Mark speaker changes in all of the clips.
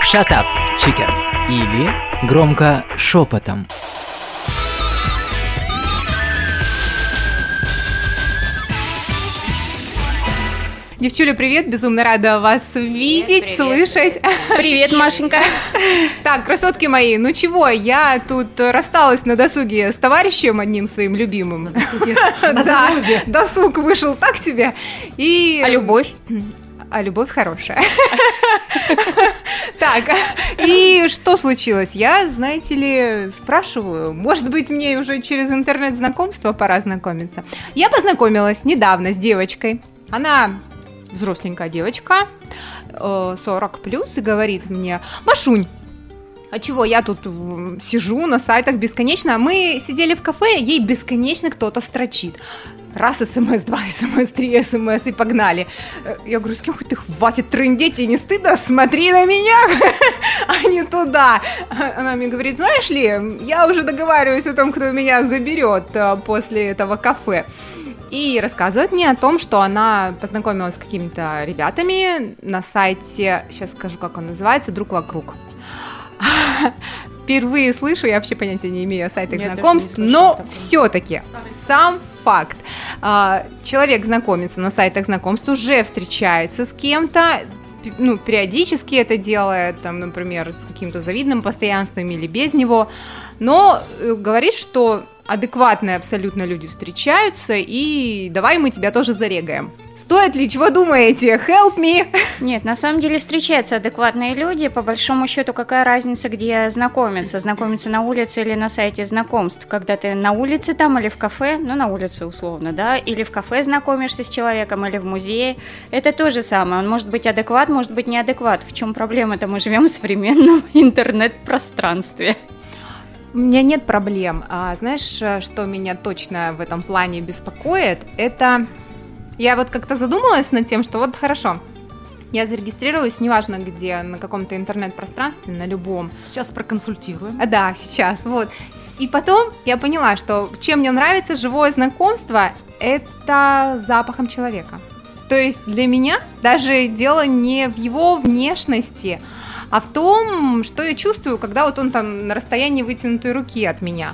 Speaker 1: Shut up, chicken. Или громко шепотом.
Speaker 2: Девчуля, привет, безумно рада вас видеть, слышать.
Speaker 3: Привет, Машенька.
Speaker 2: Так, красотки мои, ну чего, я тут рассталась на досуге с товарищем одним своим любимым. Да, досуг вышел так себе.
Speaker 3: А любовь?
Speaker 2: А любовь хорошая. Так, и что случилось? Я, знаете ли, спрашиваю, может быть, мне уже через интернет-знакомство пора знакомиться. Я познакомилась недавно с девочкой. Она взросленькая девочка, 40 плюс, и говорит мне: Машунь, а чего я тут сижу на сайтах бесконечно? Мы сидели в кафе, ей бесконечно кто-то строчит. Раз смс, два смс, три смс и погнали. Я говорю, с кем хоть ты, хватит трындеть, тебе не стыдно? Смотри на меня, а не туда. Она мне говорит, знаешь ли, я уже договариваюсь о том, кто меня заберет после этого кафе. И рассказывает мне о том, что она познакомилась с какими-то ребятами на сайте, сейчас скажу, как он называется, «Друг вокруг». Впервые слышу, я вообще понятия не имею о сайтах знакомств, но все-таки сам факт. Человек знакомится на сайтах знакомств, уже встречается с кем-то, ну, периодически это делает, там, например, с каким-то завидным постоянством или без него, но говорит, что адекватные абсолютно люди встречаются, и давай мы тебя тоже зарегаем. Стоит ли, чего думаете? Help me!
Speaker 3: Нет, на самом деле встречаются адекватные люди. По большому счету, какая разница, где знакомиться? Знакомиться на улице или на сайте знакомств? Когда ты на улице там или в кафе, ну, на улице условно, да, или в кафе знакомишься с человеком, или в музее, это то же самое. Он может быть адекват, может быть неадекват. В чем проблема-то? Мы живем в современном интернет-пространстве.
Speaker 2: У меня нет проблем. Знаешь, что меня точно в этом плане беспокоит? Это... Я вот как-то задумалась над тем, что вот хорошо, я зарегистрируюсь, неважно где, на каком-то интернет-пространстве, на любом.
Speaker 4: Сейчас проконсультируем.
Speaker 2: Да, сейчас, вот. И потом я поняла, что чем мне нравится живое знакомство, это запахом человека. То есть для меня даже дело не в его внешности, а в том, что я чувствую, когда вот он там на расстоянии вытянутой руки от меня.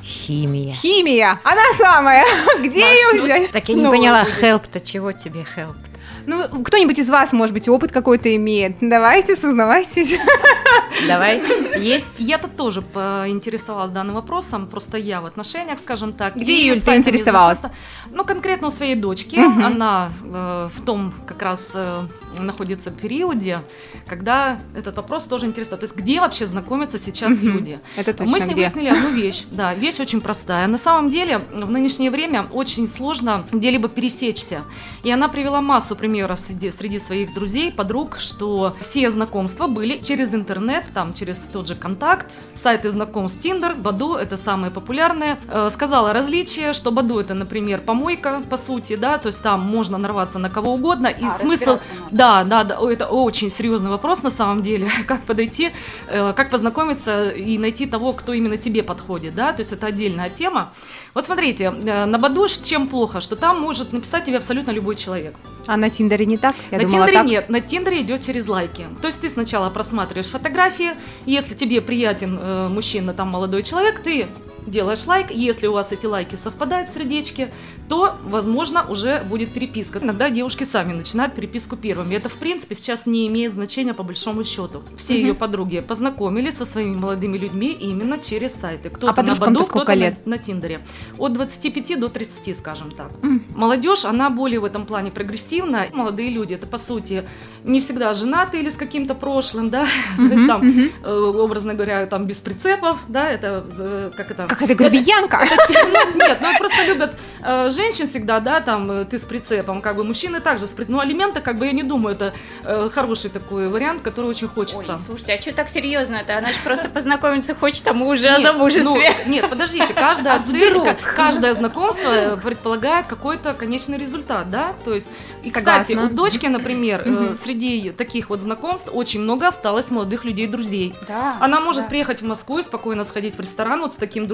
Speaker 2: Химия, она самая. Где ее взять?
Speaker 5: Так я не поняла, help-то, чего тебе help?
Speaker 2: Ну, кто-нибудь из вас, может быть, опыт какой-то имеет. Давайте, сознавайтесь.
Speaker 5: Давай, есть.
Speaker 4: Я тут тоже поинтересовалась данным вопросом, просто я в отношениях, скажем так.
Speaker 2: Где, Юль, ты интересовалась?
Speaker 4: Ну, конкретно у своей дочки. Она в том как раз находится в периоде, когда этот вопрос тоже интересно. То есть, где вообще знакомятся сейчас люди?
Speaker 2: Это точно.
Speaker 4: Мы с ней выяснили одну вещь. Да, вещь очень простая. На самом деле, в нынешнее время очень сложно где-либо пересечься. И она привела массу примеров среди своих друзей, подруг, что все знакомства были через интернет, там, через тот же Контакт, сайты знакомств Tinder, Badoo, это самые популярные. Сказала различие, что Badoo это, например, помойка, по сути, да, то есть там можно нарваться на кого угодно, и смысл... Да, это очень серьезный вопрос на самом деле, как подойти, как познакомиться и найти того, кто именно тебе подходит, да, то есть это отдельная тема. Вот смотрите, на Badoo чем плохо, что там может написать тебе абсолютно любой человек.
Speaker 2: А на Тиндере не так?
Speaker 4: На Тиндере нет, на Тиндере идет через лайки. То есть ты сначала просматриваешь фотографии, если тебе приятен мужчина, там молодой человек, ты делаешь лайк, если у вас эти лайки совпадают в сердечке, то, возможно, уже будет переписка. Иногда девушки сами начинают переписку первыми. Это, в принципе, сейчас не имеет значения по большому счету. Все ее подруги познакомились со своими молодыми людьми именно через сайты. Кто-то на Badoo, кто-то на Тиндере. От 25 до 30, скажем так. Молодежь, она более в этом плане прогрессивна. Молодые люди, это, по сути, не всегда женаты или с каким-то прошлым, да, то есть там, образно говоря, там без прицепов, да, это, как это...
Speaker 2: Какая-то грубиянка.
Speaker 4: Нет, ну просто любят женщин всегда, да, там, ты с прицепом, как бы, мужчины также с прицепом. Ну, алименты, как бы, я не думаю, это хороший такой вариант, который очень хочется.
Speaker 3: Ой, слушайте, а что так серьезно-то? Она же просто познакомиться хочет, а мы уже о замужестве.
Speaker 4: Нет, подождите, каждая цель, каждое знакомство предполагает какой-то конечный результат, да, то есть, и, кстати, у дочки, например, среди таких вот знакомств очень много осталось молодых людей, друзей. Она может приехать в Москву и спокойно сходить в ресторан вот с таким другом,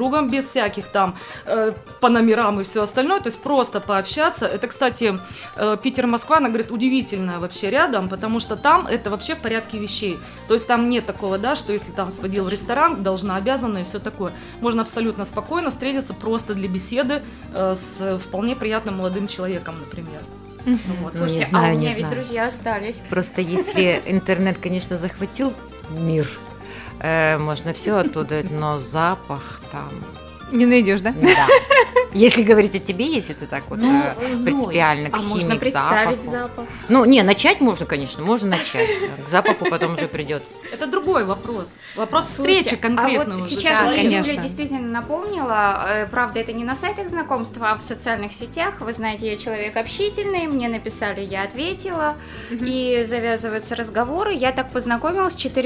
Speaker 4: другом, без всяких там по номерам и все остальное, то есть просто пообщаться. Это, кстати, Питер-Москва, она говорит, удивительно вообще рядом, потому что там это вообще в порядке вещей. То есть там нет такого, да, что если там сводил в ресторан, должна, обязана и все такое. Можно абсолютно спокойно встретиться просто для беседы с вполне приятным молодым человеком, например. Вот.
Speaker 5: Ну,
Speaker 3: Слушайте,
Speaker 5: не знаю,
Speaker 3: а у меня
Speaker 5: не
Speaker 3: ведь
Speaker 5: знаю.
Speaker 3: друзья остались.
Speaker 5: Просто если интернет, конечно, захватил мир, можно все оттуда, но запах там...
Speaker 2: Не найдешь, да?
Speaker 5: Да. Если говорить о тебе, если ты так вот
Speaker 6: Ну,
Speaker 5: принципиально к
Speaker 3: А
Speaker 5: химии,
Speaker 3: можно
Speaker 5: к
Speaker 3: представить
Speaker 5: запаху.
Speaker 3: запах?
Speaker 5: Ну, не, начать можно, конечно, можно начать. К запаху потом уже придет.
Speaker 4: Это другой вопрос. Вопрос
Speaker 3: Слушайте,
Speaker 4: встречи конкретно
Speaker 3: а вот
Speaker 4: уже.
Speaker 3: сейчас
Speaker 2: Да,
Speaker 3: мне
Speaker 2: конечно.
Speaker 3: Юля действительно напомнила, правда, это не на сайтах знакомств, а в социальных сетях. Вы знаете, я человек общительный, мне написали, я ответила, и завязываются разговоры. Я так познакомилась с 4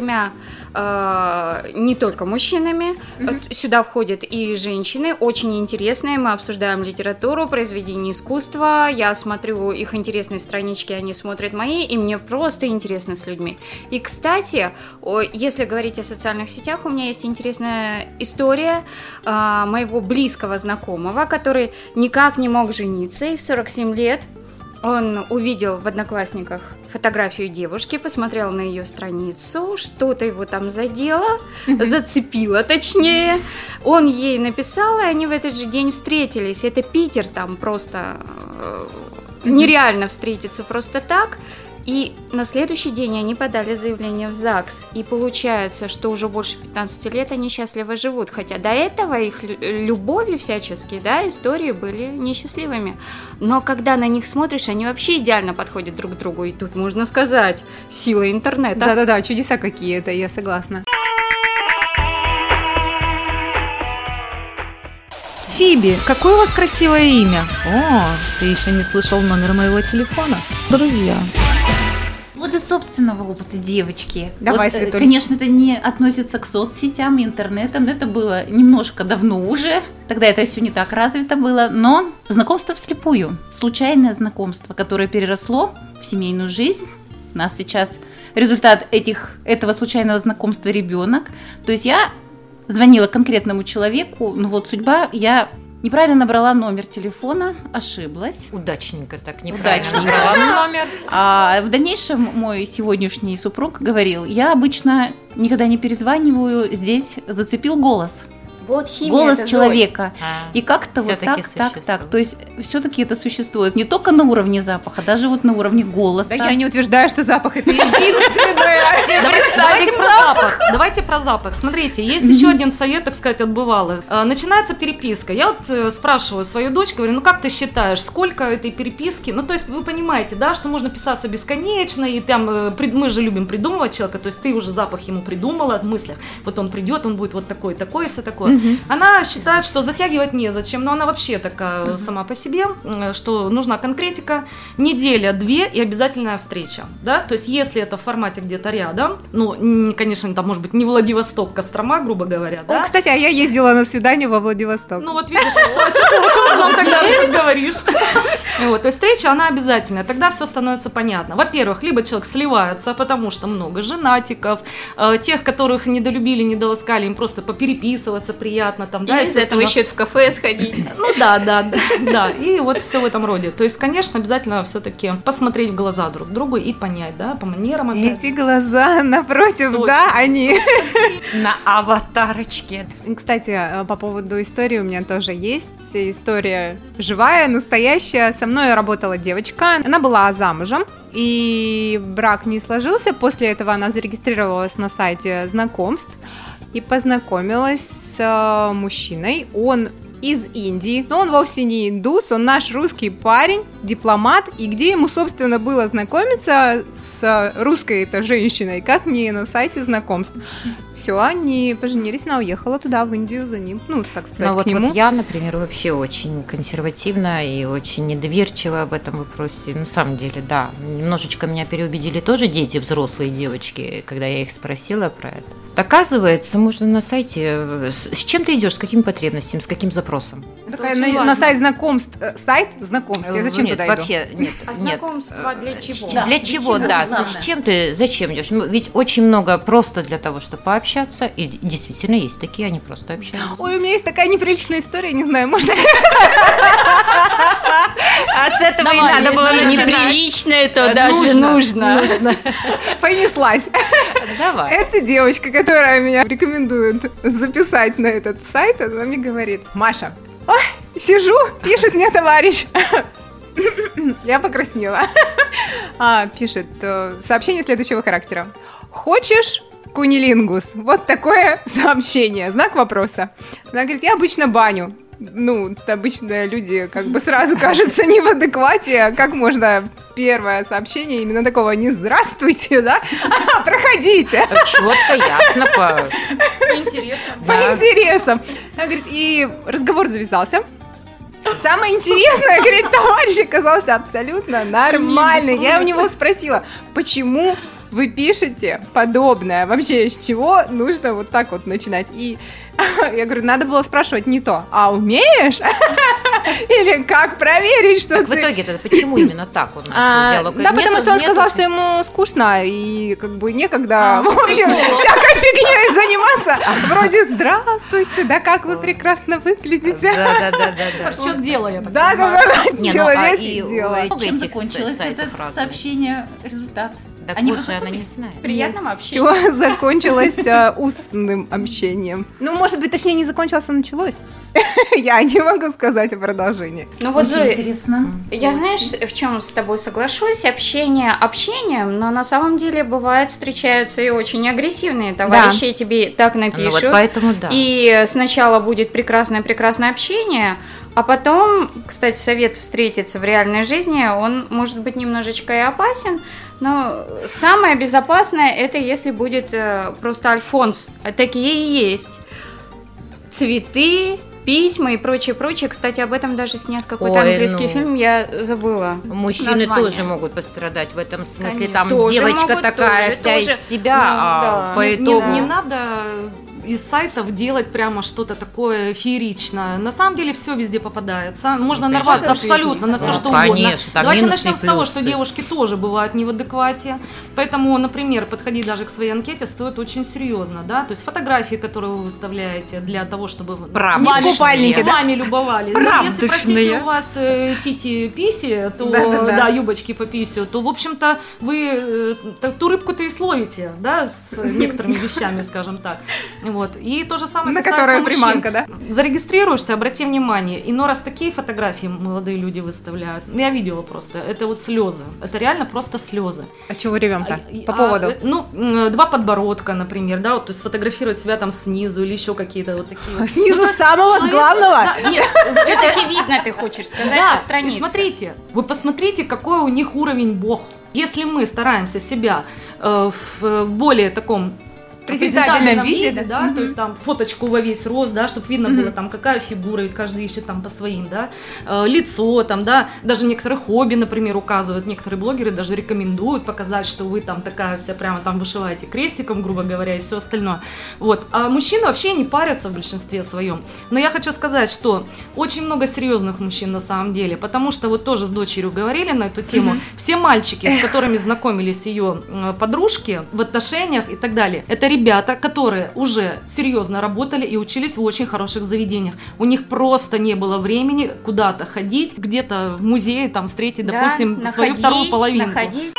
Speaker 3: не только мужчинами, сюда входят и женщины, очень интересные, мы обсуждаем литературу, произведения искусства, я смотрю их интересные странички, они смотрят мои, и мне просто интересно с людьми. И, кстати, если говорить о социальных сетях, у меня есть интересная история моего близкого знакомого, который никак не мог жениться, и в 47 лет он увидел в Одноклассниках фотографию девушки, посмотрел на ее страницу, что-то его там задело, зацепило точнее. Он ей написал, и они в этот же день встретились. Это Питер, там просто нереально встретиться просто так. И на следующий день они подали заявление в ЗАГС. И получается, что уже больше 15 лет они счастливо живут. Хотя до этого их любовью всяческие, да, истории были несчастливыми. Но когда на них смотришь, они вообще идеально подходят друг к другу. И тут можно сказать, сила интернета.
Speaker 2: Да-да-да, чудеса какие это, я согласна.
Speaker 7: Фиби, какое у вас красивое имя? О, ты еще не слышал номер моего телефона? Друзья.
Speaker 6: Вот из собственного опыта, девочки.
Speaker 2: Давай,
Speaker 6: вот,
Speaker 2: Светуль.
Speaker 6: конечно, это не относится к соцсетям, интернетам. Это было немножко давно уже. Тогда это все не так развито было. Но знакомство вслепую. Случайное знакомство, которое переросло в семейную жизнь. У нас сейчас результат этого случайного знакомства ребенок. То есть я звонила конкретному человеку, но вот судьба, я неправильно набрала номер телефона, ошиблась.
Speaker 5: Удачненько так, неправильно
Speaker 6: Удачненько.
Speaker 5: набрала номер.
Speaker 6: А в дальнейшем мой сегодняшний супруг говорил, я обычно никогда не перезваниваю, здесь зацепил голос.
Speaker 3: Вот химия,
Speaker 6: Голос
Speaker 3: это
Speaker 6: человека.
Speaker 5: А,
Speaker 6: И как-то вот
Speaker 5: всё-таки
Speaker 6: так.
Speaker 5: существует.
Speaker 6: То есть все-таки это существует не только на уровне запаха, даже вот на уровне голоса.
Speaker 2: Да я не утверждаю, что запах это единственное.
Speaker 4: Давайте про запах. Смотрите, есть еще один совет, так сказать, от бывалых. Начинается переписка. Я вот спрашиваю свою дочь, говорю, ну как ты считаешь, сколько этой переписки? Ну то есть вы понимаете, да, что можно писаться бесконечно, и там мы же любим придумывать человека, то есть ты уже запах ему придумала в мыслях, вот он придет, он будет вот такой, такой и все такое. Она считает, что затягивать незачем, но она вообще такая сама по себе, что нужна конкретика, неделя-две и обязательная встреча, да, то есть если это в формате где-то рядом, ну, конечно, там может быть не Владивосток, Кострома, грубо говоря, да.
Speaker 2: О, кстати, а я ездила на свидание во Владивосток.
Speaker 4: Ну вот видишь, о чем ты нам тогда говоришь? Вот, то есть встреча, она обязательная, тогда все становится понятно. Во-первых, либо человек сливается, потому что много женатиков, тех, которых недолюбили, недоласкали, им просто попереписываться приятно, там, да,
Speaker 3: И
Speaker 4: и
Speaker 3: из
Speaker 4: всё
Speaker 3: этого
Speaker 4: остальное.
Speaker 3: еще в кафе сходить.
Speaker 4: Ну да, и вот все в этом роде. То есть, конечно, обязательно все-таки посмотреть в глаза друг другу и понять, да, по манерам опять.
Speaker 2: Эти глаза напротив,
Speaker 4: Точно.
Speaker 2: да, они.
Speaker 5: На аватарочке.
Speaker 2: Кстати, по поводу истории у меня тоже есть. История живая, настоящая. Со мной работала девочка, она была замужем, и брак не сложился. После этого она зарегистрировалась на сайте знакомств и познакомилась с мужчиной. Он из Индии, но он вовсе не индус, он наш русский парень, дипломат, и где ему, собственно, было знакомиться с русской-то женщиной, как не на сайте знакомств. Все, они поженились, она уехала туда, в Индию, за ним, ну, так сказать,
Speaker 5: Ну
Speaker 2: к
Speaker 5: вот,
Speaker 2: нему.
Speaker 5: вот я, например, вообще очень консервативна и очень недоверчива в этом вопросе. На самом деле, да, немножечко меня переубедили тоже дети, взрослые девочки, когда я их спросила про это. Оказывается, можно на сайте, с чем ты идешь, с какими потребностями, с каким запросом.
Speaker 2: Такая
Speaker 4: очень
Speaker 2: на
Speaker 4: важно.
Speaker 2: сайт знакомств. Сайт знакомств. Я зачем
Speaker 5: Нет,
Speaker 2: туда иду?
Speaker 5: вообще, нет,
Speaker 3: А
Speaker 5: нет.
Speaker 3: знакомство для чего?
Speaker 6: Да.
Speaker 5: Для чего, да?
Speaker 6: Главное.
Speaker 5: С чем ты, зачем идешь? Ведь очень много просто для того, чтобы пообщаться, и действительно есть такие, они просто общаются.
Speaker 2: Ой, у меня есть такая неприличная история, не знаю, можно...
Speaker 5: А с этого и надо было
Speaker 3: Если
Speaker 5: начинать.
Speaker 3: неприлично, то даже нужно.
Speaker 2: Понеслась.
Speaker 5: Давай.
Speaker 2: Эта девочка, которая меня рекомендует записать на этот сайт, она мне говорит: Маша, ой, сижу, пишет мне товарищ. Я покраснела. Пишет сообщение следующего характера. Хочешь кунилингус? Вот такое сообщение. Знак вопроса. Она говорит: я обычно баню. Ну, обычно люди как бы сразу кажутся не в адеквате. Как можно первое сообщение именно такого: не здравствуйте, да? Проходите.
Speaker 5: Четко, ясно,
Speaker 4: Интересно.
Speaker 2: По интересам. Она говорит, и разговор завязался. Самое интересное, говорит, товарищ оказался абсолютно нормальный. Я у него спросила, почему вы пишете подобное? Вообще, с чего нужно вот так вот начинать? И я говорю, надо было спрашивать не то, а умеешь? Или как проверить, что
Speaker 5: Так в
Speaker 2: ты...
Speaker 5: итоге-то почему именно так он начал диалог?
Speaker 2: Да, потому что он сказал, что ему скучно и как бы некогда, в общем, всякой фигней заниматься. Вроде здравствуйте, да как вы прекрасно выглядите.
Speaker 5: Да.
Speaker 4: Короче, дело, я так
Speaker 2: Да.
Speaker 5: Не, ну,
Speaker 2: Человек
Speaker 5: и
Speaker 2: и
Speaker 5: у
Speaker 2: дело.
Speaker 5: много
Speaker 6: Чем
Speaker 5: этих
Speaker 6: закончилось
Speaker 5: сайтов
Speaker 6: это
Speaker 5: разных.
Speaker 6: сообщение, результат?
Speaker 5: Так
Speaker 6: Они
Speaker 5: вот же она не
Speaker 6: познакомились?
Speaker 5: знает.
Speaker 3: Приятного общения.
Speaker 2: Все закончилось устным общением. Ну, может быть, точнее, не закончилось, а началось. Я не могу сказать о продолжении.
Speaker 3: Ну вот
Speaker 6: Очень
Speaker 3: же,
Speaker 6: интересно.
Speaker 3: я знаешь, в чем с тобой соглашусь? Общение общением, но на самом деле бывает встречаются и очень агрессивные товарищи, и тебе так
Speaker 5: Ну вот
Speaker 3: напишут.
Speaker 5: поэтому да.
Speaker 3: И сначала будет прекрасное общение, а потом, кстати, совет встретиться в реальной жизни, он может быть немножечко и опасен, но самое безопасное это если будет просто альфонс. Такие и есть. Цветы, письма и прочее. Кстати, об этом даже снят какой-то
Speaker 5: Ой,
Speaker 3: английский
Speaker 5: ну.
Speaker 3: фильм, я забыла.
Speaker 5: Мужчины
Speaker 3: название.
Speaker 5: тоже могут пострадать в этом смысле.
Speaker 3: Конечно.
Speaker 5: Там
Speaker 3: Тоже
Speaker 5: девочка
Speaker 3: могут,
Speaker 5: такая
Speaker 3: тоже,
Speaker 5: вся
Speaker 3: тоже.
Speaker 5: из себя,
Speaker 3: Ну,
Speaker 5: а
Speaker 3: да.
Speaker 5: по
Speaker 4: Не,
Speaker 5: итогу...
Speaker 4: не надо из сайтов делать прямо что-то такое фееричное. На самом деле все везде попадается. Можно
Speaker 5: Ну,
Speaker 4: нарваться
Speaker 5: конечно.
Speaker 4: абсолютно на все,
Speaker 5: Ну,
Speaker 4: что угодно.
Speaker 5: конечно, там
Speaker 4: Давайте
Speaker 5: минусы и
Speaker 4: начнем с того, что
Speaker 5: плюсы.
Speaker 4: девушки тоже бывают не в адеквате. Поэтому, например, подходить даже к своей анкете стоит очень серьезно. Да? То есть фотографии, которые вы выставляете для того, чтобы
Speaker 5: Правдушные.
Speaker 2: Не в купальнике, да?
Speaker 4: вами любовались. Да, если, простите,
Speaker 5: Правдушные.
Speaker 4: у вас тити-писи, то
Speaker 2: Да-да-да.
Speaker 4: да, юбочки по писю, то, в общем-то, вы ту рыбку-то и словите, да, с некоторыми вещами, скажем так. Вот. И то же самое
Speaker 2: На
Speaker 4: касается
Speaker 2: которую
Speaker 4: мужчин.
Speaker 2: приманка, да?
Speaker 4: Зарегистрируешься, обрати внимание, иной раз такие фотографии молодые люди выставляют. Я видела просто, это вот слезы. Это реально просто слезы.
Speaker 2: А чего ревем-то? По поводу?
Speaker 4: Два подбородка, например, да, вот, то есть сфотографировать себя там снизу или еще какие-то вот такие. вот.
Speaker 2: Снизу
Speaker 4: Ну, то есть
Speaker 2: самого, с
Speaker 4: человек-
Speaker 2: главного?
Speaker 4: Да, нет,
Speaker 3: Все-таки видно, ты хочешь сказать,
Speaker 4: да,
Speaker 3: по
Speaker 4: то
Speaker 3: странице.
Speaker 4: есть смотрите, вы посмотрите, какой у них уровень бог. Если мы стараемся себя в более таком
Speaker 2: Презентабельном виде, да?
Speaker 4: да,
Speaker 2: Мгм.
Speaker 4: то есть там фоточку во весь рост, да, чтобы видно было там какая фигура, ведь каждый ищет там по своим, да, лицо там, да, даже некоторые хобби, например, указывают, некоторые блогеры даже рекомендуют показать, что вы там такая вся прямо там вышиваете крестиком, грубо говоря, и все остальное, вот, а мужчины вообще не парятся в большинстве своем, но я хочу сказать, что очень много серьезных мужчин на самом деле, потому что вот тоже с дочерью говорили на эту тему, все мальчики, с которыми знакомились ее подружки в отношениях и так далее, это ребята, которые уже серьезно работали и учились в очень хороших заведениях. У них просто не было времени куда-то ходить, где-то в музее там встретить,
Speaker 3: Да,
Speaker 4: допустим, свою вторую половинку.
Speaker 3: находить.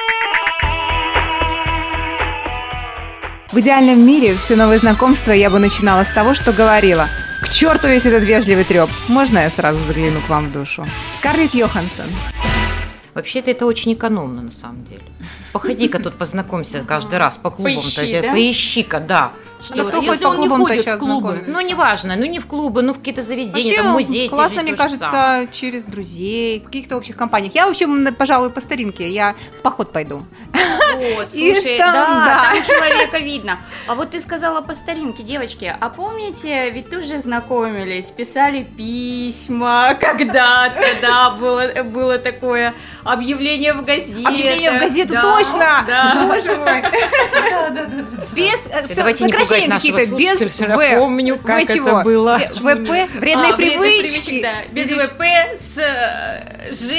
Speaker 2: В идеальном мире все новые знакомства я бы начинала с того, что говорила: к черту весь этот вежливый треп. Можно я сразу загляну к вам в душу? Скарлетт Йоханссон.
Speaker 5: Вообще-то это очень экономно на самом деле. Походи-ка тут познакомься каждый раз по клубам-то.
Speaker 3: Поищи, да?
Speaker 5: Поищи-ка, да.
Speaker 2: Что,
Speaker 5: Что,
Speaker 2: кто
Speaker 4: если
Speaker 2: ходит по
Speaker 4: он не
Speaker 2: клубам-то
Speaker 4: ходит в
Speaker 2: сейчас
Speaker 4: клубы?
Speaker 2: знакомиться?
Speaker 5: ну, неважно, ну не в клубы, ну в какие-то заведения,
Speaker 2: Вообще
Speaker 5: там, музей.
Speaker 2: классно, мне кажется, через друзей, в каких-то общих компаниях. Я вообще, пожалуй, по старинке, я в поход пойду.
Speaker 3: Вот,
Speaker 2: И
Speaker 3: слушай,
Speaker 2: там, да.
Speaker 3: там человека видно. А вот ты сказала по старинке, девочки, а помните, ведь тоже знакомились, писали письма когда-то, да, было такое объявление в газете.
Speaker 2: Объявление в газету,
Speaker 3: да,
Speaker 2: точно!
Speaker 3: да.
Speaker 2: Боже мой! Без
Speaker 5: Давайте не пугать
Speaker 2: сокращения
Speaker 5: нашего
Speaker 2: какие-то без
Speaker 5: слушателя.
Speaker 2: В.
Speaker 5: Помню, как
Speaker 2: чего?
Speaker 5: это было.
Speaker 2: ВП, вредные привычки.
Speaker 3: Да, без ВП с Ж.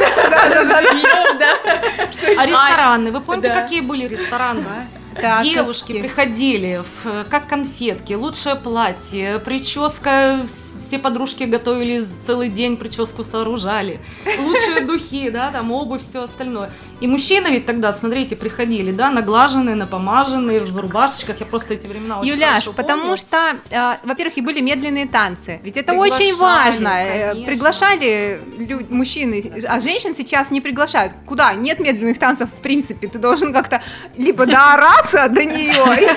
Speaker 4: А рестораны, вы помните, какие были рестораны?
Speaker 2: Да,
Speaker 4: Девушки
Speaker 2: какие?
Speaker 4: приходили как конфетки, лучшее платье, прическа, все подружки готовили целый день, прическу сооружали, лучшие духи, да, там обувь, все остальное. И мужчины ведь тогда, смотрите, приходили, да, наглаженные, напомаженные, в рубашечках, я просто эти времена очень
Speaker 2: Юляш,
Speaker 4: хорошо
Speaker 2: потому
Speaker 4: помню.
Speaker 2: что, во-первых, и были медленные танцы. Ведь это
Speaker 4: Приглашали,
Speaker 2: очень важно.
Speaker 4: конечно.
Speaker 2: Приглашали мужчины, а женщин сейчас не приглашают. Куда? Нет медленных танцев в принципе. Ты должен как-то либо доораться до нее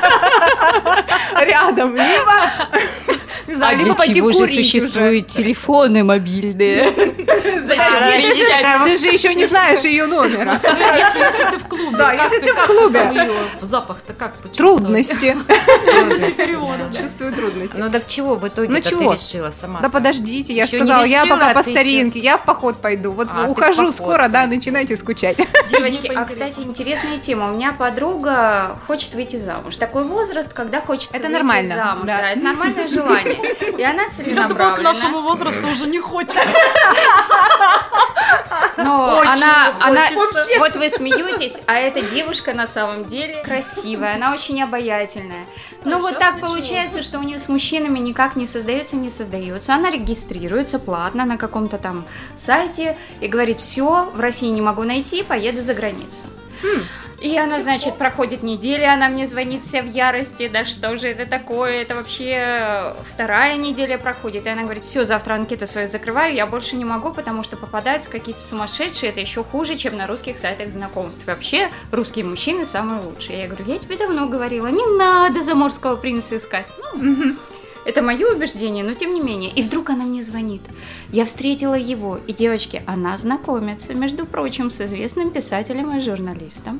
Speaker 2: рядом, либо, не знаю, либо пойти курить уже.
Speaker 3: телефоны мобильные?
Speaker 2: Ты же еще не знаешь ее номера.
Speaker 4: Если ты в клубе.
Speaker 2: Да,
Speaker 4: как
Speaker 2: если ты в
Speaker 4: как
Speaker 2: клубе.
Speaker 4: там её запах-то как почувствовать?
Speaker 2: Трудности.
Speaker 4: Перевода, да.
Speaker 2: Чувствую трудности.
Speaker 5: Ну так чего в итоге
Speaker 2: Ну
Speaker 5: ты
Speaker 2: чего?
Speaker 5: решила сама?
Speaker 2: Да подождите, я же
Speaker 5: Ещё не
Speaker 2: сказала, я
Speaker 5: решила,
Speaker 2: пока
Speaker 5: а
Speaker 2: по
Speaker 5: ты
Speaker 2: старинке, я в поход пойду. Вот
Speaker 5: А, ты в
Speaker 2: ухожу
Speaker 5: поход,
Speaker 2: скоро,
Speaker 5: да.
Speaker 2: да, начинайте скучать.
Speaker 3: Девочки,
Speaker 4: Мне
Speaker 3: а, кстати, интересная тема. У меня подруга хочет выйти замуж. Такой возраст, когда хочется
Speaker 2: Это
Speaker 3: выйти
Speaker 2: нормально,
Speaker 3: замуж.
Speaker 2: да.
Speaker 3: Да, это нормальное желание. И она
Speaker 4: Я думаю, к
Speaker 3: целенаправленно.
Speaker 4: нашему возрасту уже не хочется.
Speaker 3: Но
Speaker 4: Очень
Speaker 3: она,
Speaker 4: хочется.
Speaker 3: вот вы смеетесь, а эта девушка на самом деле красивая, она очень обаятельная. Но вот
Speaker 4: сейчас
Speaker 3: так
Speaker 4: ничего.
Speaker 3: получается, что у нее с мужчинами никак не создается. Она регистрируется платно на каком-то там сайте и говорит: все, в России не могу найти, поеду за границу. И она, значит, проходит неделя, она мне звонит вся в ярости, да что же это такое, это вообще вторая неделя проходит. И она говорит: все, завтра анкету свою закрываю, я больше не могу, потому что попадаются какие-то сумасшедшие, это еще хуже, чем на русских сайтах знакомств. Вообще, русские мужчины самые лучшие. Я говорю: я тебе давно говорила, не надо заморского принца искать. Это мое убеждение, но тем не менее. И вдруг она мне звонит. Я встретила его, и, девочки, она знакомится, между прочим, с известным писателем и журналистом.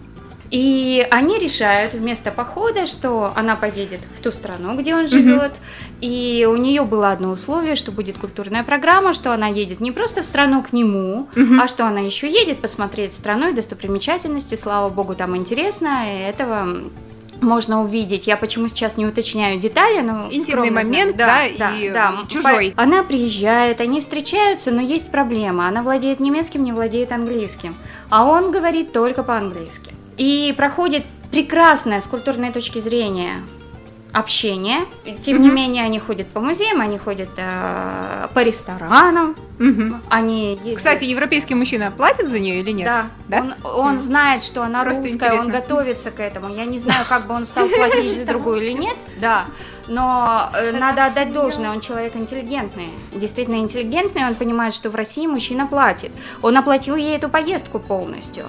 Speaker 3: И они решают вместо похода, что она поедет в ту страну, где он живет, и у нее было одно условие, что будет культурная программа, что она едет не просто в страну к нему, а что она еще едет посмотреть страну и достопримечательности, слава богу, там интересно, и этого можно увидеть. Я почему сейчас не уточняю детали, но
Speaker 2: Интимный
Speaker 3: скромно
Speaker 2: момент,
Speaker 3: знаю.
Speaker 2: да, и чужой.
Speaker 3: Она приезжает, они встречаются, но есть проблема. Она владеет немецким, не владеет английским, а он говорит только по-английски. И проходит прекрасное с культурной точки зрения общение. Тем не менее, они ходят по музеям, они ходят по ресторанам. Они ездят.
Speaker 2: Кстати, европейский мужчина платит за нее или нет?
Speaker 3: Да,
Speaker 2: Да?
Speaker 3: он знает, что она
Speaker 2: Просто
Speaker 3: русская, он
Speaker 2: интересно.
Speaker 3: готовится к этому. Я не знаю, как бы он стал платить за другую или нет, да, но надо отдать должное, он человек интеллигентный, действительно интеллигентный, он понимает, что в России мужчина платит. Он оплатил ей эту поездку полностью.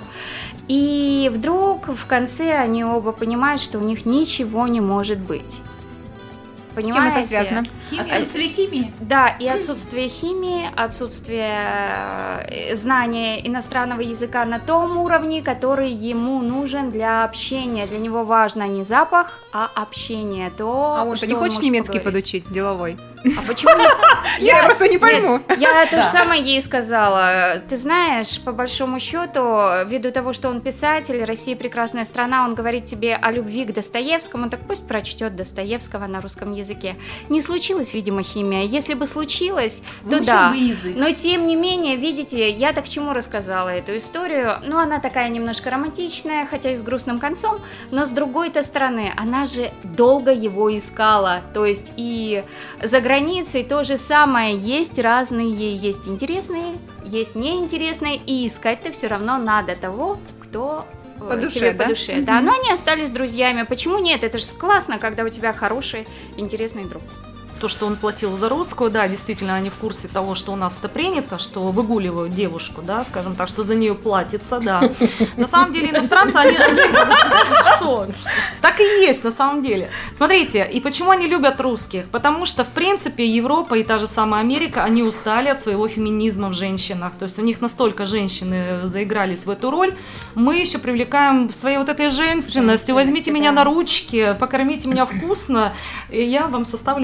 Speaker 3: И вдруг в конце они оба понимают, что у них ничего не может быть.
Speaker 2: С чем
Speaker 3: Понимаете?
Speaker 2: это связано?
Speaker 6: Отсутствие химии.
Speaker 3: Да, и отсутствие химии, отсутствие знания иностранного языка на том уровне, который ему нужен для общения. Для него важно не запах, а общение.
Speaker 2: А он-то не хочет немецкий подучить, деловой?
Speaker 3: А почему?
Speaker 2: Я просто не пойму.
Speaker 3: Я то же самое ей сказала. Ты знаешь, по большому счету, ввиду того, что он писатель, Россия прекрасная страна, он говорит тебе о любви к Достоевскому, так пусть прочтет Достоевского на русском языке. Не случилась, видимо, химия. Если бы случилось, то да. Но тем не менее, видите, я так к чему рассказала эту историю. Ну, она такая немножко романтичная, хотя и с грустным концом, но с другой-то стороны, она же долго его искала. То есть и за границей то же самое, есть разные, есть интересные, есть неинтересные, и искать-то все равно надо того, кто
Speaker 2: По душе,
Speaker 3: тебе
Speaker 2: да?
Speaker 3: по душе. Да, но они остались друзьями. Почему нет? Это же классно, когда у тебя хороший, интересный друг.
Speaker 4: То, что он платил за русскую, да, действительно, они в курсе того, что у нас это принято, что выгуливают девушку, да, скажем так, что за нее платится, да. На самом деле иностранцы, они что? Так и есть, на самом деле. Смотрите, и почему они любят русских? Потому что, в принципе, Европа и та же самая Америка, они устали от своего феминизма в женщинах. То есть у них настолько женщины заигрались в эту роль. Мы еще привлекаем своей вот этой женственностью. Возьмите меня на ручки, покормите меня вкусно, и я вам составлю, может быть,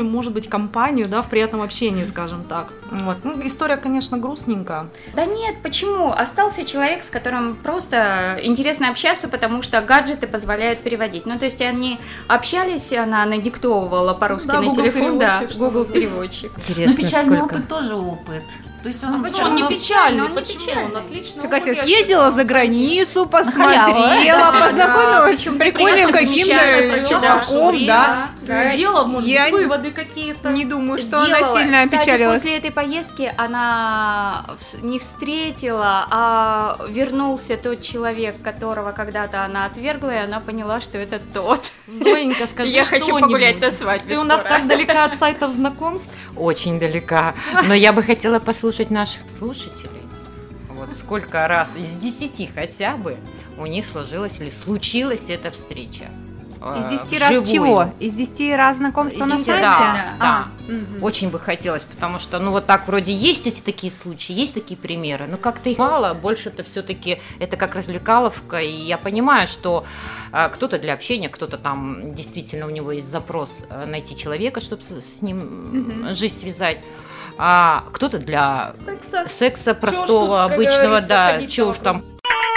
Speaker 4: составить компанию, да, в приятном общении, скажем так. Вот. Ну, история, конечно, грустненькая.
Speaker 3: Да нет, почему? Остался человек, с которым просто интересно общаться, потому что гаджеты позволяют переводить. Ну, то есть они общались, она надиктовывала по-русски
Speaker 4: Да,
Speaker 3: на
Speaker 4: Google
Speaker 3: телефон, да,
Speaker 4: переводчик,
Speaker 3: Google
Speaker 4: что-то.
Speaker 3: переводчик.
Speaker 6: Но
Speaker 5: Интересно,
Speaker 6: печальный
Speaker 5: сколько.
Speaker 6: опыт тоже опыт. То есть он,
Speaker 3: почему?
Speaker 4: Он не
Speaker 3: Ну,
Speaker 4: печальный,
Speaker 3: он не
Speaker 4: почему?
Speaker 3: печальный.
Speaker 4: Он отлично.
Speaker 2: Такая
Speaker 4: опыт, я
Speaker 2: съездила
Speaker 4: считаю.
Speaker 2: за границу,
Speaker 6: халяву.
Speaker 2: посмотрела,
Speaker 3: Да,
Speaker 2: познакомилась
Speaker 3: причем
Speaker 2: с прикольным
Speaker 3: прекрасно
Speaker 2: каким-то
Speaker 3: провела
Speaker 2: чуваком,
Speaker 4: время,
Speaker 2: да.
Speaker 4: да. Сделала, может
Speaker 2: Я
Speaker 4: быть, выводы какие-то.
Speaker 2: Не думаю, что она
Speaker 3: Сделала.
Speaker 2: сильно
Speaker 3: Кстати,
Speaker 2: опечалилась.
Speaker 3: после этой поездки она не встретила, а вернулся тот человек, которого когда-то она отвергла, и она поняла, что это тот.
Speaker 4: Зоенька, скажи
Speaker 3: Я хочу
Speaker 4: что-нибудь.
Speaker 3: погулять на свадьбе
Speaker 4: Ты у нас
Speaker 3: скоро.
Speaker 4: так далека от сайтов знакомств.
Speaker 5: Очень далека. Но я бы хотела послушать наших слушателей. Вот сколько раз из 10 хотя бы у них сложилась или случилась эта встреча.
Speaker 2: Из 10 раз
Speaker 5: вживую.
Speaker 2: чего? Из 10 раз знакомства
Speaker 5: Из
Speaker 2: на
Speaker 5: 10,
Speaker 2: сайте?
Speaker 5: да, да.
Speaker 2: Мгм.
Speaker 5: Очень бы хотелось, потому что, ну, вот так вроде есть эти такие случаи, есть такие примеры, но как-то их мало, больше-то все-таки это как развлекаловка, и я понимаю, что кто-то для общения, кто-то там действительно у него есть запрос найти человека, чтобы с ним жизнь связать, а кто-то для секса простого,
Speaker 4: тут, как
Speaker 5: обычного,
Speaker 4: говорится,
Speaker 5: да,
Speaker 4: ходить
Speaker 5: чего уж
Speaker 4: вокруг.
Speaker 5: там.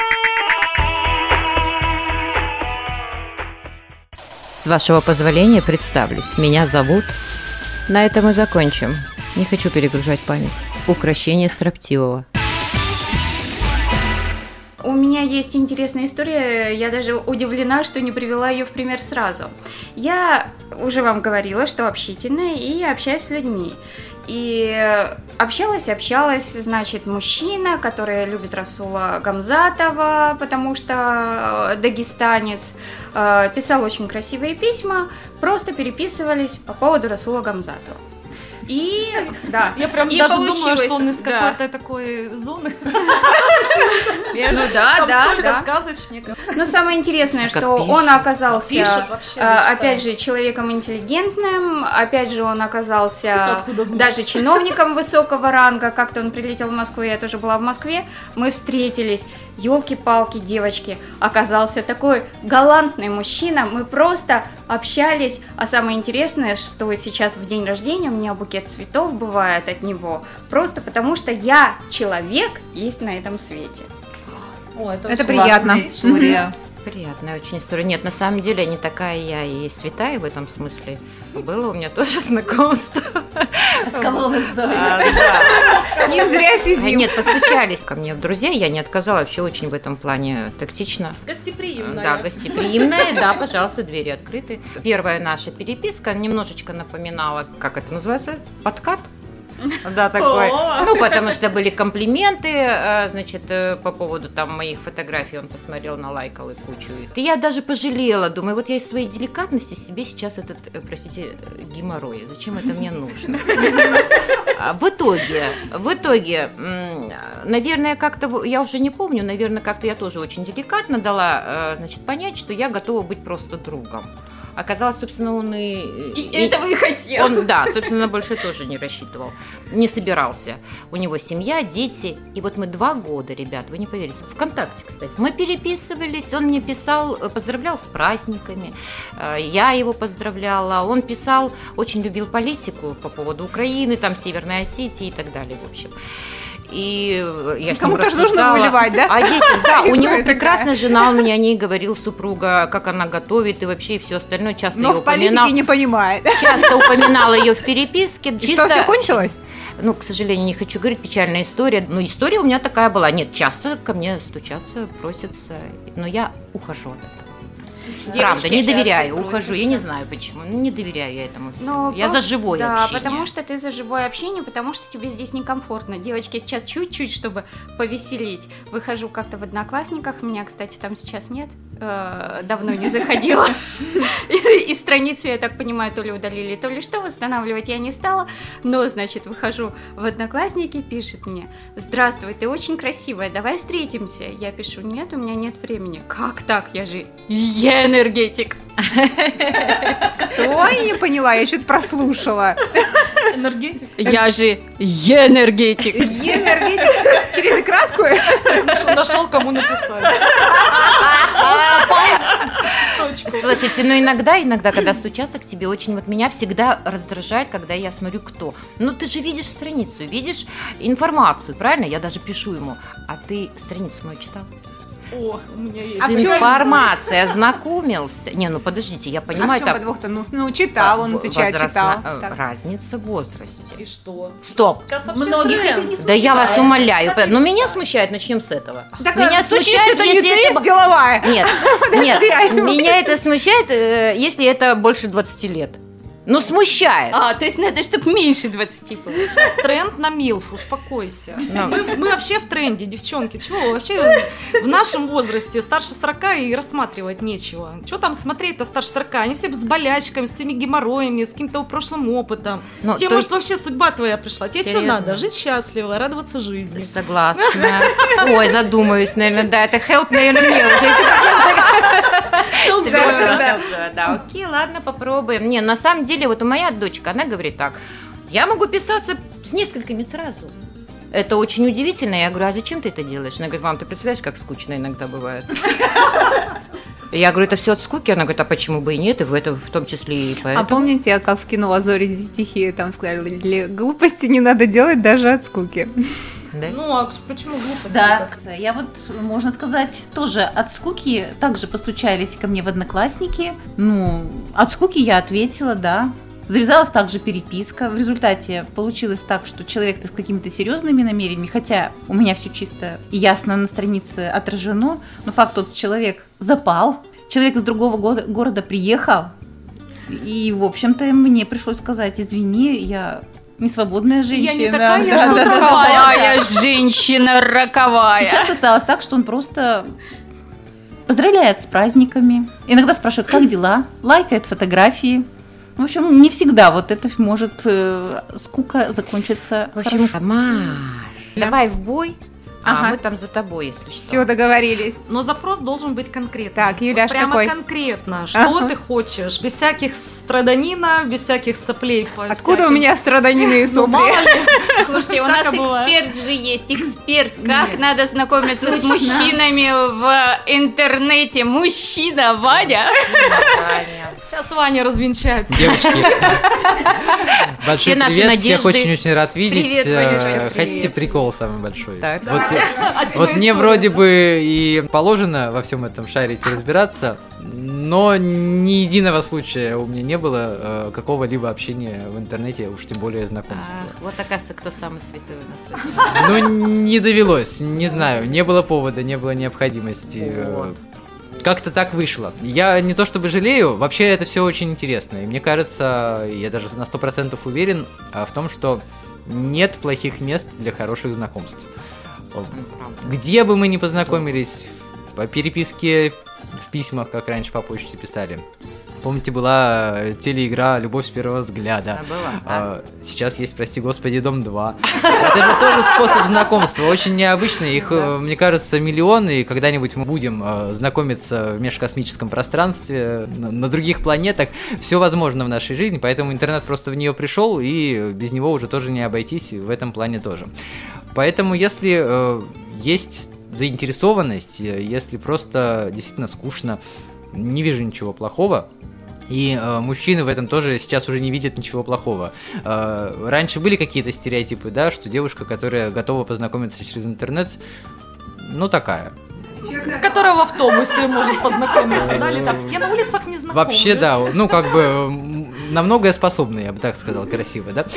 Speaker 5: С вашего позволения представлюсь. Меня зовут... На этом и закончим. Не хочу перегружать память. Укрощение строптивого.
Speaker 3: У меня есть интересная история, я даже удивлена, что не привела ее в пример сразу. Я уже вам говорила, что общительная и общаюсь с людьми. И общалась, значит, мужчина, который любит Расула Гамзатова, потому что дагестанец, писал очень красивые письма, просто переписывались по поводу Расула Гамзатова. И, да,
Speaker 4: Я прям
Speaker 3: и
Speaker 4: даже думаю,
Speaker 3: получилось,
Speaker 4: что он из
Speaker 3: да.
Speaker 4: какой-то такой зоны.
Speaker 3: Ну да,
Speaker 4: Там
Speaker 3: да,
Speaker 4: столько
Speaker 3: да.
Speaker 4: сказочников.
Speaker 3: Но самое интересное,
Speaker 5: Как
Speaker 3: что
Speaker 5: пишет.
Speaker 3: он оказался,
Speaker 4: Пишет вообще,
Speaker 3: опять
Speaker 4: мечтает.
Speaker 3: же, человеком интеллигентным, опять же, он
Speaker 4: Ты
Speaker 3: оказался
Speaker 4: откуда знаешь?
Speaker 3: даже чиновником высокого ранга. Как-то он прилетел в Москву, я тоже была в Москве, мы встретились. Ёлки-палки, девочки, оказался такой галантный мужчина, мы просто общались, а самое интересное, что сейчас в день рождения у меня букет цветов бывает от него, просто потому что я человек есть на этом свете.
Speaker 4: О,
Speaker 2: Это
Speaker 4: очень
Speaker 2: приятно.
Speaker 6: Классная история.
Speaker 5: Приятная очень история. Нет, на самом деле не такая я и святая в этом смысле. Было у меня тоже знакомство.
Speaker 6: Раскололась Зоя.
Speaker 5: Да.
Speaker 2: Не зря сидим.
Speaker 5: Нет, постучались ко мне в друзья, я не отказала, вообще очень в этом плане тактично.
Speaker 4: гостеприимная.
Speaker 5: Да, гостеприимная, да, пожалуйста, двери открыты. Первая наша переписка немножечко напоминала, как это называется, подкат. Да, такой. Ну, потому что были комплименты, значит, по поводу там моих фотографий, он посмотрел, налайкал и кучу их. И я даже пожалела, думаю, вот я из своей деликатности себе сейчас этот, простите, геморрой, зачем это мне нужно? В итоге, наверное, как-то, я уже не помню, наверное, как-то я тоже очень деликатно дала, значит, понять, что я готова быть просто другом. Оказалось, собственно, он
Speaker 3: И этого и хотел.
Speaker 5: он, да, собственно, больше тоже не рассчитывал, не собирался. У него семья, дети. И вот мы 2 года, ребят, вы не поверите, ВКонтакте, кстати. Мы переписывались, он мне писал, поздравлял с праздниками, я его поздравляла. Он писал, очень любил политику по поводу Украины, там, Северной Осетии и так далее, в общем. И я с ним
Speaker 2: Кому тоже нужно
Speaker 5: рассуждала.
Speaker 2: выливать, да?
Speaker 5: А дети, да, у него
Speaker 2: Такая.
Speaker 5: прекрасная жена, он мне о ней говорил, супруга, как она готовит и вообще все остальное. Часто
Speaker 2: Но
Speaker 5: ее
Speaker 2: в политике
Speaker 5: упоминал.
Speaker 2: не понимает.
Speaker 5: Часто упоминала ее в переписке.
Speaker 2: И что, все кончилось?
Speaker 5: Ну, к сожалению, не хочу говорить, печальная история. Но история у меня такая была. Нет, часто ко мне стучатся, просятся. Но я ухожу от этого. Правда, не доверяю, ухожу. Я не знаю почему. Ну, не доверяю я этому всему. Я за живое
Speaker 3: да,
Speaker 5: общение.
Speaker 3: потому что ты за живое общение, потому что тебе здесь некомфортно. Девочки, сейчас чуть-чуть, чтобы повеселить. Выхожу как-то в Одноклассниках. Меня, кстати, там сейчас нет. Давно не заходила. И страницу, я так понимаю, то ли удалили, то ли что, восстанавливать я не стала. Но, значит, выхожу в Одноклассники, пишет мне: «Здравствуй, ты очень красивая, давай встретимся». Я пишу: «Нет, у меня нет времени». Как так? Я же энергетик.
Speaker 2: Ой, не поняла, я что-то прослушала.
Speaker 4: Энергетик.
Speaker 3: Я же энергетик.
Speaker 2: Энергетик через и краткую.
Speaker 4: Нашел, кому написать. Точку.
Speaker 5: Слушайте, ну иногда, когда стучатся к тебе, очень вот меня всегда раздражает, когда я смотрю, кто. Ну ты же видишь страницу, видишь информацию, правильно? Я даже пишу ему, а ты страницу мою читал?
Speaker 4: О, у меня есть.
Speaker 2: А в
Speaker 5: С
Speaker 2: чём?
Speaker 5: информацией ознакомился. Не, ну подождите, я
Speaker 2: А
Speaker 5: понимаю,
Speaker 2: в чем подвох-то? Ну, читал, он отвечает, читал. Так.
Speaker 5: разница в возрасте.
Speaker 4: И что?
Speaker 5: Стоп.
Speaker 4: Сейчас вообще
Speaker 6: Многих
Speaker 4: тренд.
Speaker 6: это не
Speaker 5: Да я вас
Speaker 6: смущает.
Speaker 5: умоляю. Но меня смущает, начнем с этого.
Speaker 2: Так,
Speaker 5: Меня
Speaker 2: стучись,
Speaker 5: смущает,
Speaker 2: это не
Speaker 5: если
Speaker 2: ты,
Speaker 5: это...
Speaker 2: деловая.
Speaker 5: Нет, нет,
Speaker 2: я-
Speaker 5: меня это смущает, если это больше 20 лет. Ну, смущает.
Speaker 3: То есть надо, чтобы меньше 20 было.
Speaker 4: Тренд на милф, успокойся.
Speaker 5: Ну.
Speaker 4: Мы вообще в тренде, девчонки. Чего? Вообще в нашем возрасте старше 40 и рассматривать нечего. Что там смотреть-то старше 40? Они все с болячками, с всеми геморроями, с каким-то прошлым опытом.
Speaker 5: Ну,
Speaker 4: Тебе,
Speaker 5: то
Speaker 4: может,
Speaker 5: есть-
Speaker 4: вообще судьба твоя пришла. Тебе что
Speaker 5: Серьезно?
Speaker 4: надо? Жить счастливо, радоваться жизни.
Speaker 5: Согласна. Ой, задумаюсь, наверное, да, это help, наверное, мне уже. Да, окей, ладно, попробуем. Не, на самом деле, вот у моя дочка, она говорит так, я могу писаться с несколькими сразу. Это очень удивительно. Я говорю, а зачем ты это делаешь? Она говорит, мам, ты представляешь, как скучно иногда бывает? Я говорю, это все от скуки? Она говорит, а почему бы и нет, и в том числе и
Speaker 2: А
Speaker 5: поэтому.
Speaker 2: помните, как в кино «Азори стихи» там сказали, глупости не надо делать даже от скуки.
Speaker 5: Да?
Speaker 4: Ну, а почему глупость?
Speaker 6: Да, я вот, можно сказать, тоже от скуки также постучались ко мне в Одноклассники. Ну, от скуки я ответила, да. Завязалась также переписка. В результате получилось так, что человек-то с какими-то серьезными намерениями, хотя у меня все чисто и ясно на странице отражено, но факт тот, человек запал, человек из другого города приехал, и, в общем-то, мне пришлось сказать, извини, я не свободная женщина.
Speaker 4: Я не такая, я что
Speaker 6: Да-да-да.
Speaker 3: Роковая женщина, роковая.
Speaker 6: Сейчас осталось так, что он просто поздравляет с праздниками. Иногда спрашивает, как дела, лайкает фотографии. В общем, не всегда вот это может скука закончиться
Speaker 5: В общем,
Speaker 6: хорошо.
Speaker 5: Маш, давай в бой,
Speaker 2: Ага.
Speaker 5: а мы там за тобой, если что.
Speaker 2: Все, договорились.
Speaker 4: Но запрос должен быть конкретный.
Speaker 2: Так, Юляш,
Speaker 4: Вот прямо
Speaker 2: какой?
Speaker 4: конкретно. Что
Speaker 2: Ага.
Speaker 4: ты хочешь? Без всяких страданина, без всяких соплей. по
Speaker 2: Откуда у
Speaker 4: всяким-
Speaker 2: меня страданины и
Speaker 4: Ну, мало
Speaker 2: сопли?
Speaker 4: ли.
Speaker 3: Слушайте, у нас
Speaker 4: Всяко бывает.
Speaker 3: эксперт же есть, эксперт. Как
Speaker 4: Нет.
Speaker 3: надо знакомиться с
Speaker 6: Точно.
Speaker 3: мужчинами в интернете? Мужчина, Ваня.
Speaker 5: Ваня.
Speaker 4: Сейчас Ваня развенчается.
Speaker 1: Девочки, большой
Speaker 5: Все наши
Speaker 1: привет, всех
Speaker 5: надежды.
Speaker 1: очень-очень рад видеть.
Speaker 5: Привет, Ванюшка,
Speaker 1: Хотите
Speaker 5: привет.
Speaker 1: прикол самый большой?
Speaker 5: Так.
Speaker 1: Вот,
Speaker 4: От
Speaker 1: вот
Speaker 4: твоей
Speaker 1: мне
Speaker 4: истории.
Speaker 1: вроде бы и положено во всем этом шарить и разбираться, но ни единого случая у меня не было какого-либо общения в интернете, уж тем более знакомства.
Speaker 5: Ах, вот оказывается, кто самый святой у нас в этом.
Speaker 1: Ну, не довелось, не знаю, не было повода, не было необходимости.
Speaker 5: Вот.
Speaker 1: Как-то так вышло. Я не то чтобы жалею, вообще это все очень интересно. И мне кажется, я даже на 100% уверен в том, что нет плохих мест для хороших знакомств. Где бы мы ни познакомились, по переписке, в письмах, как раньше по почте писали. Помните, была телеигра «Любовь с первого взгляда».
Speaker 5: Да, была, да.
Speaker 1: Сейчас есть, прости господи, «Дом 2». Это же тоже способ знакомства, очень необычный. Их, мне кажется, миллионы, и когда-нибудь мы будем знакомиться в межкосмическом пространстве, на других планетах. Все возможно в нашей жизни, поэтому интернет просто в нее пришел, и без него уже тоже не обойтись, и в этом плане тоже. Поэтому, если есть заинтересованность, если просто действительно скучно, не вижу ничего плохого. И мужчины в этом тоже сейчас уже не видят ничего плохого. Раньше были какие-то стереотипы, да, что девушка, которая готова познакомиться через интернет, ну такая.
Speaker 4: Которая в автобусе может познакомиться, да, или там. Я на улицах не знакомлюсь.
Speaker 1: Вообще, да, ну как бы на многое способна, я бы так сказал, красиво, да.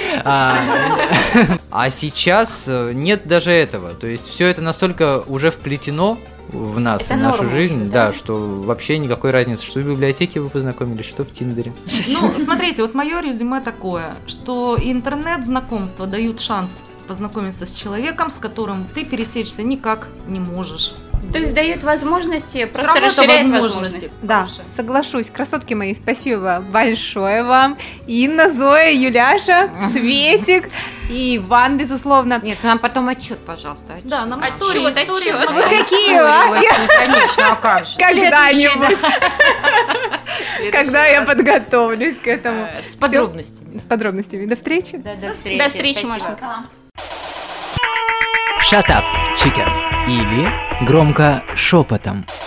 Speaker 1: А сейчас нет даже этого. То есть все это настолько уже вплетено в нас,
Speaker 3: Это
Speaker 1: в нашу
Speaker 3: норма
Speaker 1: жизнь,
Speaker 3: уже,
Speaker 1: да, что вообще никакой разницы, что в библиотеке вы познакомились, что в Тиндере.
Speaker 4: Ну, смотрите, вот мое резюме такое, что интернет-знакомства дают шанс познакомиться с человеком, с которым ты пересечься никак не можешь.
Speaker 3: То есть дает возможности, просто
Speaker 4: равно это
Speaker 3: расширяет
Speaker 4: возможности.
Speaker 3: возможности.
Speaker 2: Да, соглашусь. Красотки мои, спасибо большое вам. Инна, Зоя, Юляша, Светик и Иван, безусловно.
Speaker 5: Нет, нам потом отчет, пожалуйста. отчет.
Speaker 4: Да, нам
Speaker 3: Отчет,
Speaker 4: истории
Speaker 3: отчет.
Speaker 4: знакомств.
Speaker 2: Вот какие, а?
Speaker 5: Ну, конечно, а как же.
Speaker 2: Когда-нибудь,
Speaker 5: Следующий
Speaker 2: когда я
Speaker 5: раз.
Speaker 2: подготовлюсь к этому.
Speaker 5: С подробностями.
Speaker 2: С подробностями. До встречи.
Speaker 5: Да, до встречи.
Speaker 3: До встречи,
Speaker 5: Спасибо.
Speaker 3: Машенька.
Speaker 1: Shut up, chicken. Или громко шепотом.